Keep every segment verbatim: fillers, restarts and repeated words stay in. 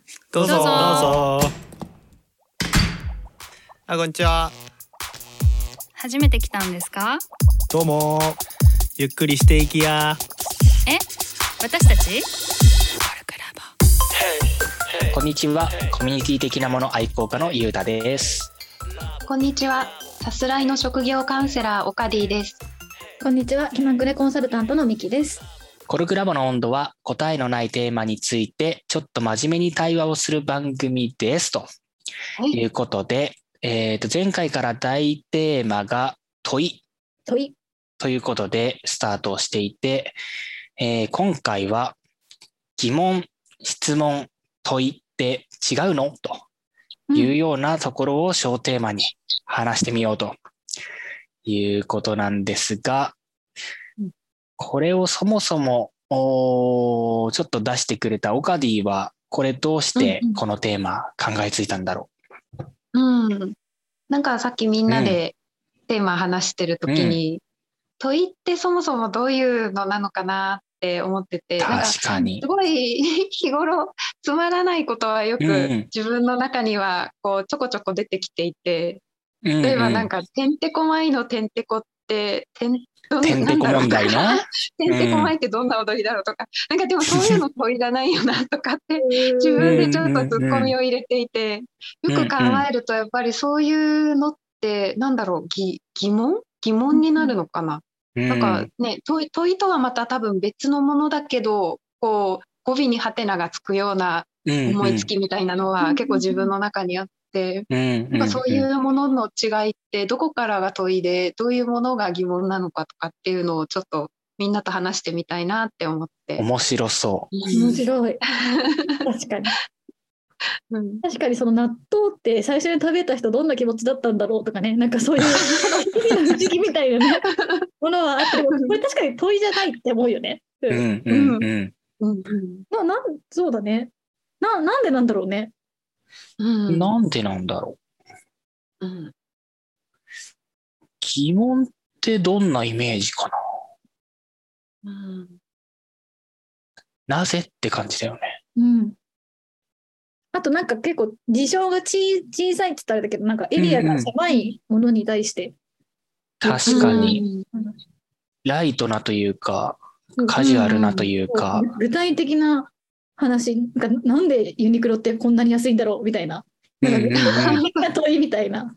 どうぞどうぞどうぞ。あ、こんにちは。 初めて来たんですか？ どうも。ゆっくりしていきや。 え、私たち？ こんにちは。コミュニティ的なもの愛好家のゆうたです。 こんにちは。さすらいの職業カウンセラーオカディです。 こんにちは。気まぐれコンサルタントのミキです。 コルクラボの温度は答えのないテーマについてちょっと真面目に対話をする番組ですということで、えー、と前回から大テーマが問い問いということでスタートをしていて、えー、今回は疑問、質問、問いって違うのというようなところを小テーマに話してみようということなんですが、これをそもそもおちょっと出してくれたオカディはこれどうしてこのテーマ考えついたんだろう。うん、なんかさっきみんなでテーマ話してる時に、うん、問いってそもそもどういうのなのかなって思ってて、 確かになんかすごい日頃つまらないことはよく自分の中にはこうちょこちょこ出てきていて、うん、例えばなんかてんてこまいのてんてこっててんてんてこ問題なてんてこまいってどんな踊りだろうとか、うん、なんかでもそういうの問いじゃないよなとかって自分でちょっとツッコミを入れていて、よく考えるとやっぱりそういうのってなんだろう、疑問疑問になるのかな、うん、なんかね、問い、問いとはまた多分別のものだけど、こう語尾にハテナがつくような思いつきみたいなのは結構自分の中にあって、うんうん、なんかそういうものの違いってどこからが問いでどういうものが疑問なのかとかっていうのをちょっとみんなと話してみたいなって思って。 面白そう。 面白い。確かに。うん、確かにその納豆って最初に食べた人どんな気持ちだったんだろうとかね、なんかそういう不思議みたいな、ね、ものはあって、これ確かに問いじゃないって思うよね。 うんうんうんうん。ななんそうだね。ななんでなんだろうね。 うん、なんでなんだろう、うん、疑問ってどんなイメージかな、うん、なぜって感じだよね。 うん、あとなんか結構事象がち小さいって言ったらあれだけど、なんかエリアが狭いものに対して、 うんうん、確かに、うん、ライトなというかカジュアルなというか、 うん、具体的な話がなんでユニクロってこんなに安いんだろうみたいな、なんか具体的な問いみたいな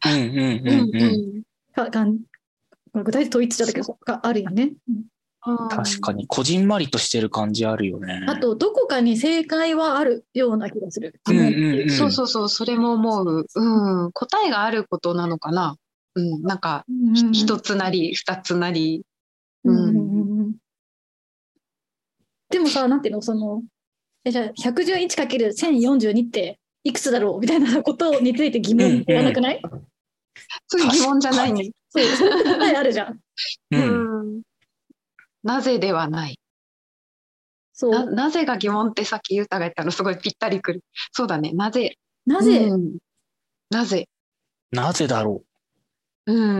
具体的問いって言っちゃったけどがあるよね。 確かにこじんまりとしてる感じあるよね。 あとどこかに正解はあるような気がする。 うんうんうん、そうそうそう、それも思う、うん、答えがあることなのかな、うん、なんか一つなり二つなり、うんうんうん、 でもさ、なんていうの、そのえじゃあ ひゃくじゅういちかけるせんよんじゅうに っていくつだろうみたいなことについて疑問って言わなくない？うんうん、 そういう疑問じゃないね。 そう、そういう答えあるじゃん。 うん、なぜではない。そう な, なぜが疑問ってさっきゆうたが言ったのすごいぴったりくる。そうだね。なぜなぜ、うん、 なぜなぜだろう。うん。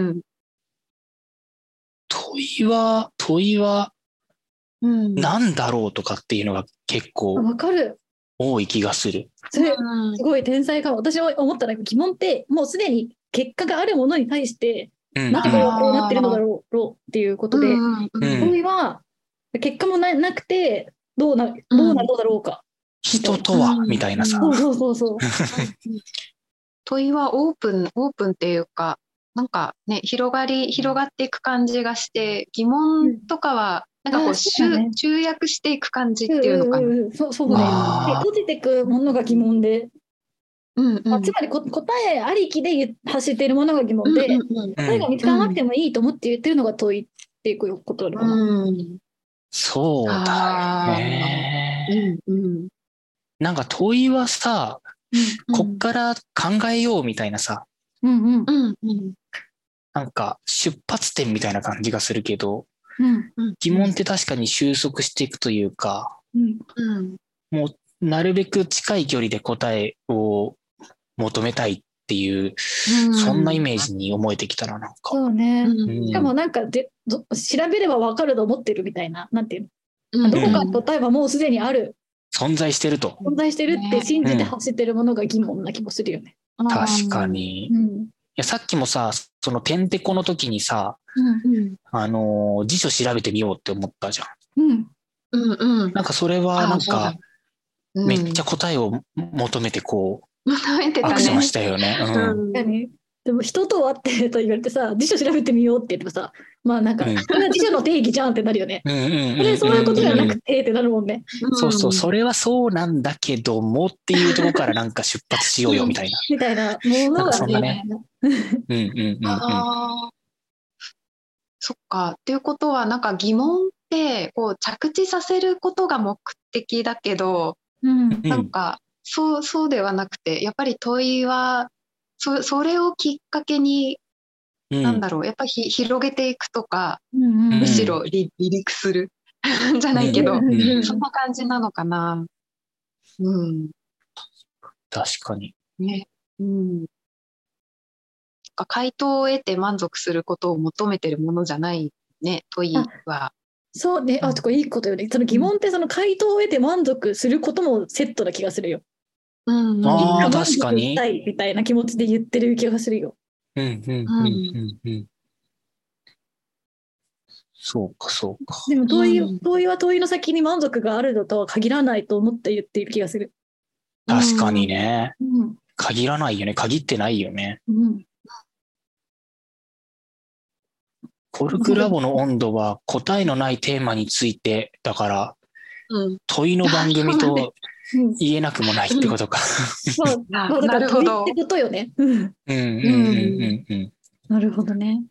問いは問いはなんだろうとかっていうのが結構わかる。 多い気がする。 それすごい天才かも。私は思ったら疑問ってもうすでに結果があるものに対して、うん、なんでこれはこうなってるのだろうっていうことで、問いは結果も な, なくてどうなどうなるのだろうか。 人とは、うん、みたいなさ。 そうそうそうそう。 問いはオープンオープンっていうか、なんかね、広がり広がっていく感じがして、疑問とかはなんかこう、う、ね、集約していく感じっていうのかな。うんうん、 そうそうね。で閉じていくものが疑問で、うんうん、つまりこ答えありきで走っているものが疑問で、うんうんうん、答えが見つからなくてもいいと思って言ってるのが問いっていうことなのかな。うん、 そうだね、うんうん。なんか問いはさ、うんうん、こっから考えようみたいなさ、うんうんうんうん、なんか出発点みたいな感じがするけど、うんうん、疑問って確かに収束していくというか、うんうん、もうなるべく近い距離で答えを求めたいっていう、うん、そんなイメージに思えてきたらなんか。 そうね。うん、しかもなんかで調べれば分かると思ってるみたいな、なんていうの、うん、どこか答えはもうすでにある存在してると。 存在してるって信じて走ってるものが疑問な気もするよね。 うん、確かに。うん、いやさっきもさ、そのてんてこの時にさ、うんうん、あのー、辞書調べてみようって思ったじゃん。うんうんうん、なんかそれはなんか、うん、めっちゃ答えを求めてこう、求めてたね、アクションしたよね。うん、 でも人とはってと言われてさ、辞書調べてみようって言ってもさ、まあなんか、うん、これは辞書の定義じゃんってなるよね。それそういうことじゃなくてってなるもんね。 うん、そうそう、それはそうなんだけどもっていうところからなんか出発しようよみたいな。 みたいなものがね。 うんうんうんうん。あそっか。っていうことはなんか疑問ってこう着地させることが目的だけど、うん、なんかそうそうではなくて、やっぱり問いはそそれをきっかけに、うん、なんだろう、やっぱり広げていくとか、うんうん、むしろ離陸するじゃないけど、うんうん、そんな感じなのかな。うん。 確かに。 ね。うん。回答を得て満足することを求めてるものじゃないね、問いは。 そうね、あ、そこいいことよね。その疑問ってその回答を得て満足することもセットな気がするよ。 うん、ああ、確かに。 したいみたいな気持ちで言ってる気がするよ。 うんうんうんうんうん。そうかそうか。 でも問い、うん、問いは問いの先に満足があるのとは限らないと思って言っている気がする。 確かにね。うん、限らないよね。限ってないよね。うんコルクラボの温度は答えのないテーマについてだから、うん、問いの番組と言えなくもないってことか。 そう、なるほど。ってことよね。うんうんうんうんうん。なるほどね。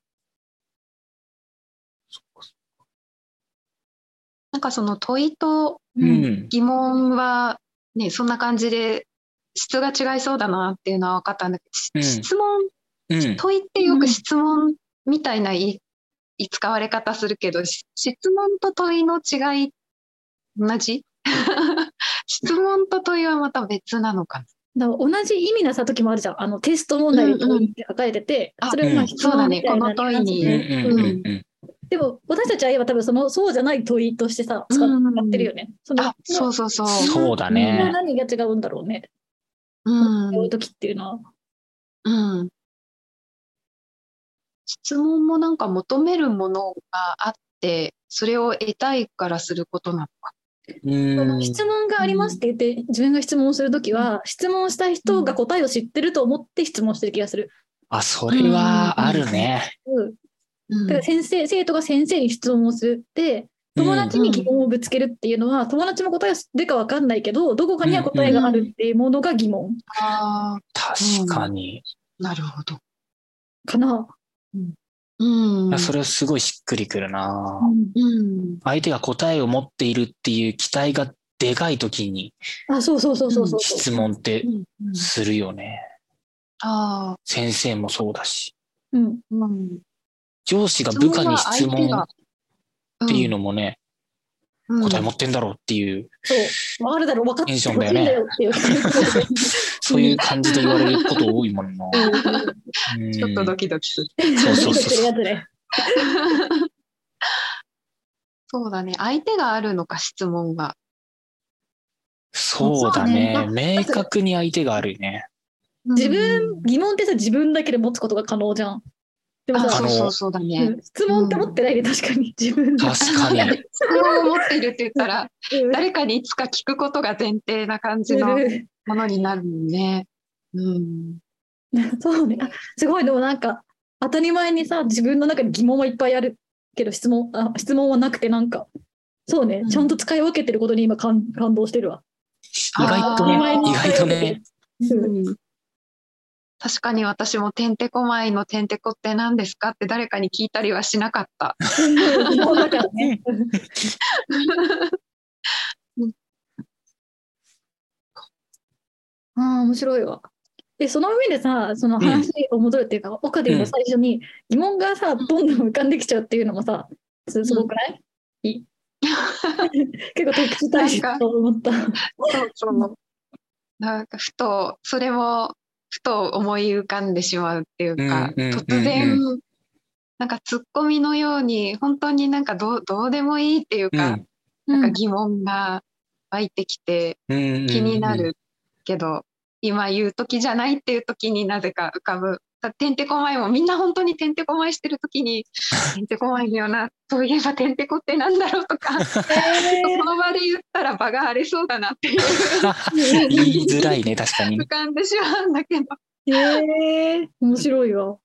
なんかその問いと疑問はね、そんな感じで質が違いそうだなっていうのは分かったんだけど、うん、質問、うん、問いってよく質問みたいな言い使われ方するけど、質問と問いの違い同じ質問と問いはまた別なのかな。だから同じ意味なさ時もあるじゃん。あのテスト問題で問いって書かれてて、うんうん、それはまあ質問みたいな感じで。でも私たちは今多分そのそうじゃない問いとしてさ使ってるよね。 そのあ、そうそうそう。 そうだね。 何が違うんだろうね。うん。そういう時っていうのは。うん。 質問もなんか求めるものがあってそれを得たいからすることなのか。 うん質問がありますって言って自分が質問するときは、うん、質問した人が答えを知ってると思って質問してる気がする。 あ、それはあるね。 うんうん、だから先生生徒が先生に質問をするって友達に疑問をぶつけるっていうのは、うん、友達も答えでか分かんないけどどこかには答えがあるっていうものが疑問。うん、 あ確かに、 うん、なるほどかな。 うん、それはすごいしっくりくるな、うん、相手が答えを持っているっていう期待がでかい時に質問ってするよね、うん、あ先生もそうだし、うんうん、上司が部下に質問っていうのもね、うん、答え持ってんだろうっていう、 そう、あるだろう分かってほしいんだよっていうそういう感じで言われること多いもんな。 うん、ちょっとドキドキする。そうそうそう。 そうだね。相手があるのか質問が。 そうだね。明確に相手があるね。 自分疑問ってさ自分だけで持つことが可能じゃん。 でもさ、そうそうそうだね、 うん。質問って持ってないで、確かに自分で。 確かに。 質問を持っているって言ったら、誰かにいつか聞くことが前提な感じのものになるもんね。うん。 そうね。あ、すごい。でもなんか当たり前にさ自分の中に疑問はいっぱいあるけど質問あ質問はなくてなんかそうね、うん、ちゃんと使い分けてることに今感感動してるわ。 意外とね。意外とね。 うん確かに私もてんてこまいのてんてこって何ですかって誰かに聞いたりはしなかった。そうだからね。 ああ面白いわ。でその上でさその話を戻るっていうか、うん、岡でも最初に疑問がさどんどん浮かんできちゃうっていうのもさすごくない？うん、いい結構特殊大事だと思った。そうそうなんかふとそれもふと思い浮かんでしまうっていうか、うんうんうんうん、突然なんかツッコミのように本当になんかどう、どうでもいいっていうか、うん、なんか疑問が湧いてきて気になるけど、今言う時じゃないっていう時になぜか浮かぶ。てんてこまいもみんな本当にてんてこまいしてる時にてんてこまいだよな、そういえばてんてこってなんだろうとか、その場で言ったら場が荒れそうだなっていう言いづらいね、確かに浮かんでしまうんだけど。 へえ、面白いわ。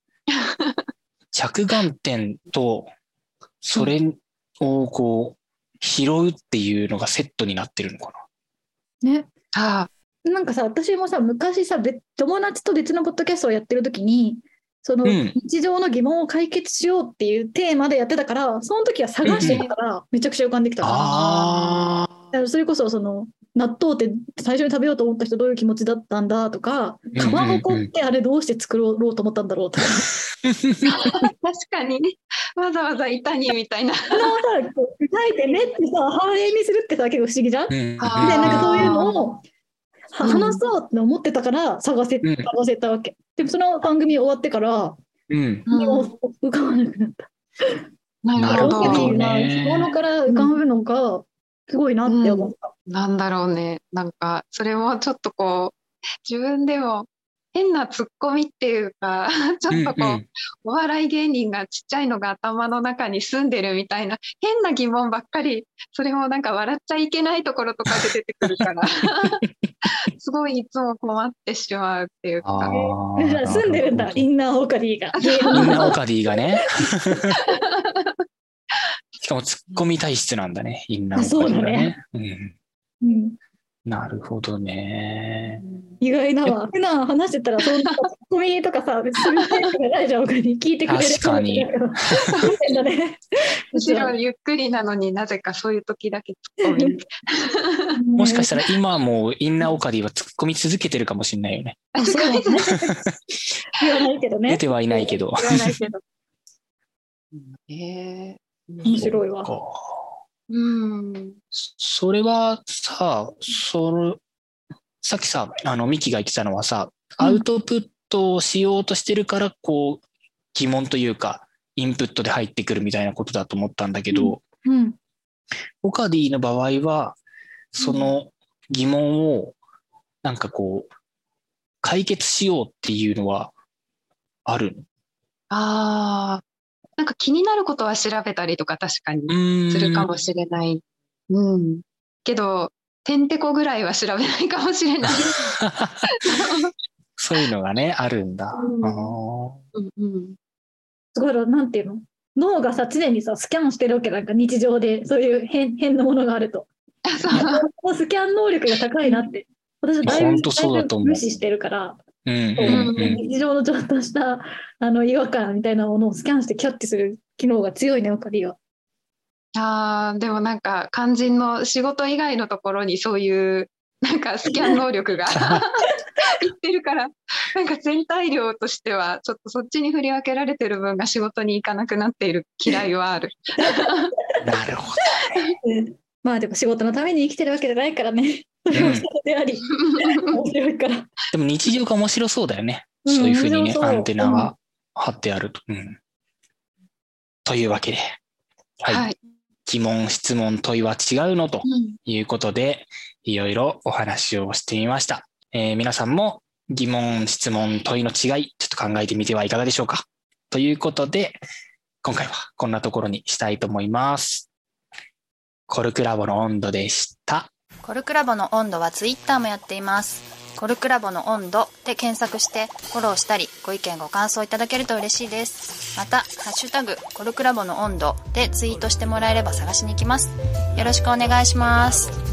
着眼点とそれをこう拾うっていうのがセットになってるのかな。ね。 ああ。 なんかさ、私もさ、昔さ、友達と別のポッドキャストをやってる時に、その、うん、日常の疑問を解決しようっていうテーマでやってたから、その時は探してたから、めちゃくちゃ浮かんできた。うん、ああ。それこそ、その、納豆って最初に食べようと思った人どういう気持ちだったんだとか、かまぼこってあれどうして作ろうと思ったんだろうとか。 確かにね、わざわざ板にみたいな。 あのさ、書いてねってさ、反映にするってさ、結構不思議じゃん、うん、で、なんかそういうのを、話そうって思ってたから探せ、うん、探せたわけ。でもその番組終わってから、うん、もう浮かばなくなった。 なるほどね。日頃から浮かぶのがすごいなって思った。 うん、なんだろうね。なんかそれもちょっとこう自分でも変なツッコミっていうかちょっとこう、うんうん、お笑い芸人がちっちゃいのが頭の中に住んでるみたいな変な疑問ばっかり、それもなんか笑っちゃいけないところとかで出てくるからすごいいつも困ってしまうっていうか。 住んでるんだ、インナーオカディが。 インナーオカディがね。しかもツッコミ体質なんだね、インナーオカディがね。うんうん、なるほどね。 意外なわ。普段話してたらそんなツッコミとかさ、別にするタイプがないじゃん、他に聞いてくれる。 確かに。 むしろゆっくりなのになぜかそういう時だけツッコミ。 もしかしたら今もインナーオカディは突っ込み続けてるかもしれないよね。 あ、そうね。言わないけどね。 出てはいないけど。 言わないけど。えー、面白いわ。 うん。 それはさ、そのさっきさ、あのミキが言ってたのはさ、アウトプットをしようとしてるからこう疑問というかインプットで入ってくるみたいなことだと思ったんだけど、 うんうん、 オカディの場合はその疑問をなんかこう解決しようっていうのはあるの？ ああ、なんか気になることは調べたりとか確かにするかもしれない。うん。けどてんてこぐらいは調べないかもしれない。 そういうのがねあるんだ。 うんうんうん、すごいなんていうの？脳がさ常にさスキャンしてるわけなんか日常でそういう変変なものがあると。スキャン能力が高いなって。私はだいぶ無視してるから、 うんうんうん、 日常のちょっとしたあの違和感みたいなものをスキャンしてキャッチする機能が強いね、オカディは。 あー、でもなんか肝心の仕事以外のところにそういうなんかスキャン能力がいってるから、なんか全体量としてはちょっとそっちに振り分けられてる分が仕事に行かなくなっている嫌いはある。 なるほどね。 まあでも仕事のために生きてるわけじゃないからね。それも仕事であり、面白いから。 でも日常が面白そうだよね。うん、そういうふうにね、アンテナが張ってあると。うん、というわけで、はい。はい、疑問、質問、問いは違うのということで、うん、いろいろお話をしてみました。えー、皆さんも疑問、質問、問いの違い、ちょっと考えてみてはいかがでしょうか。ということで、今回はこんなところにしたいと思います。コルクラボの温度でした。 コルクラボの温度はツイッターもやっています。コルクラボの温度で検索してフォローしたりご意見ご感想いただけると嬉しいです。またハッシュタグコルクラボの温度でツイートしてもらえれば探しに行きます。よろしくお願いします。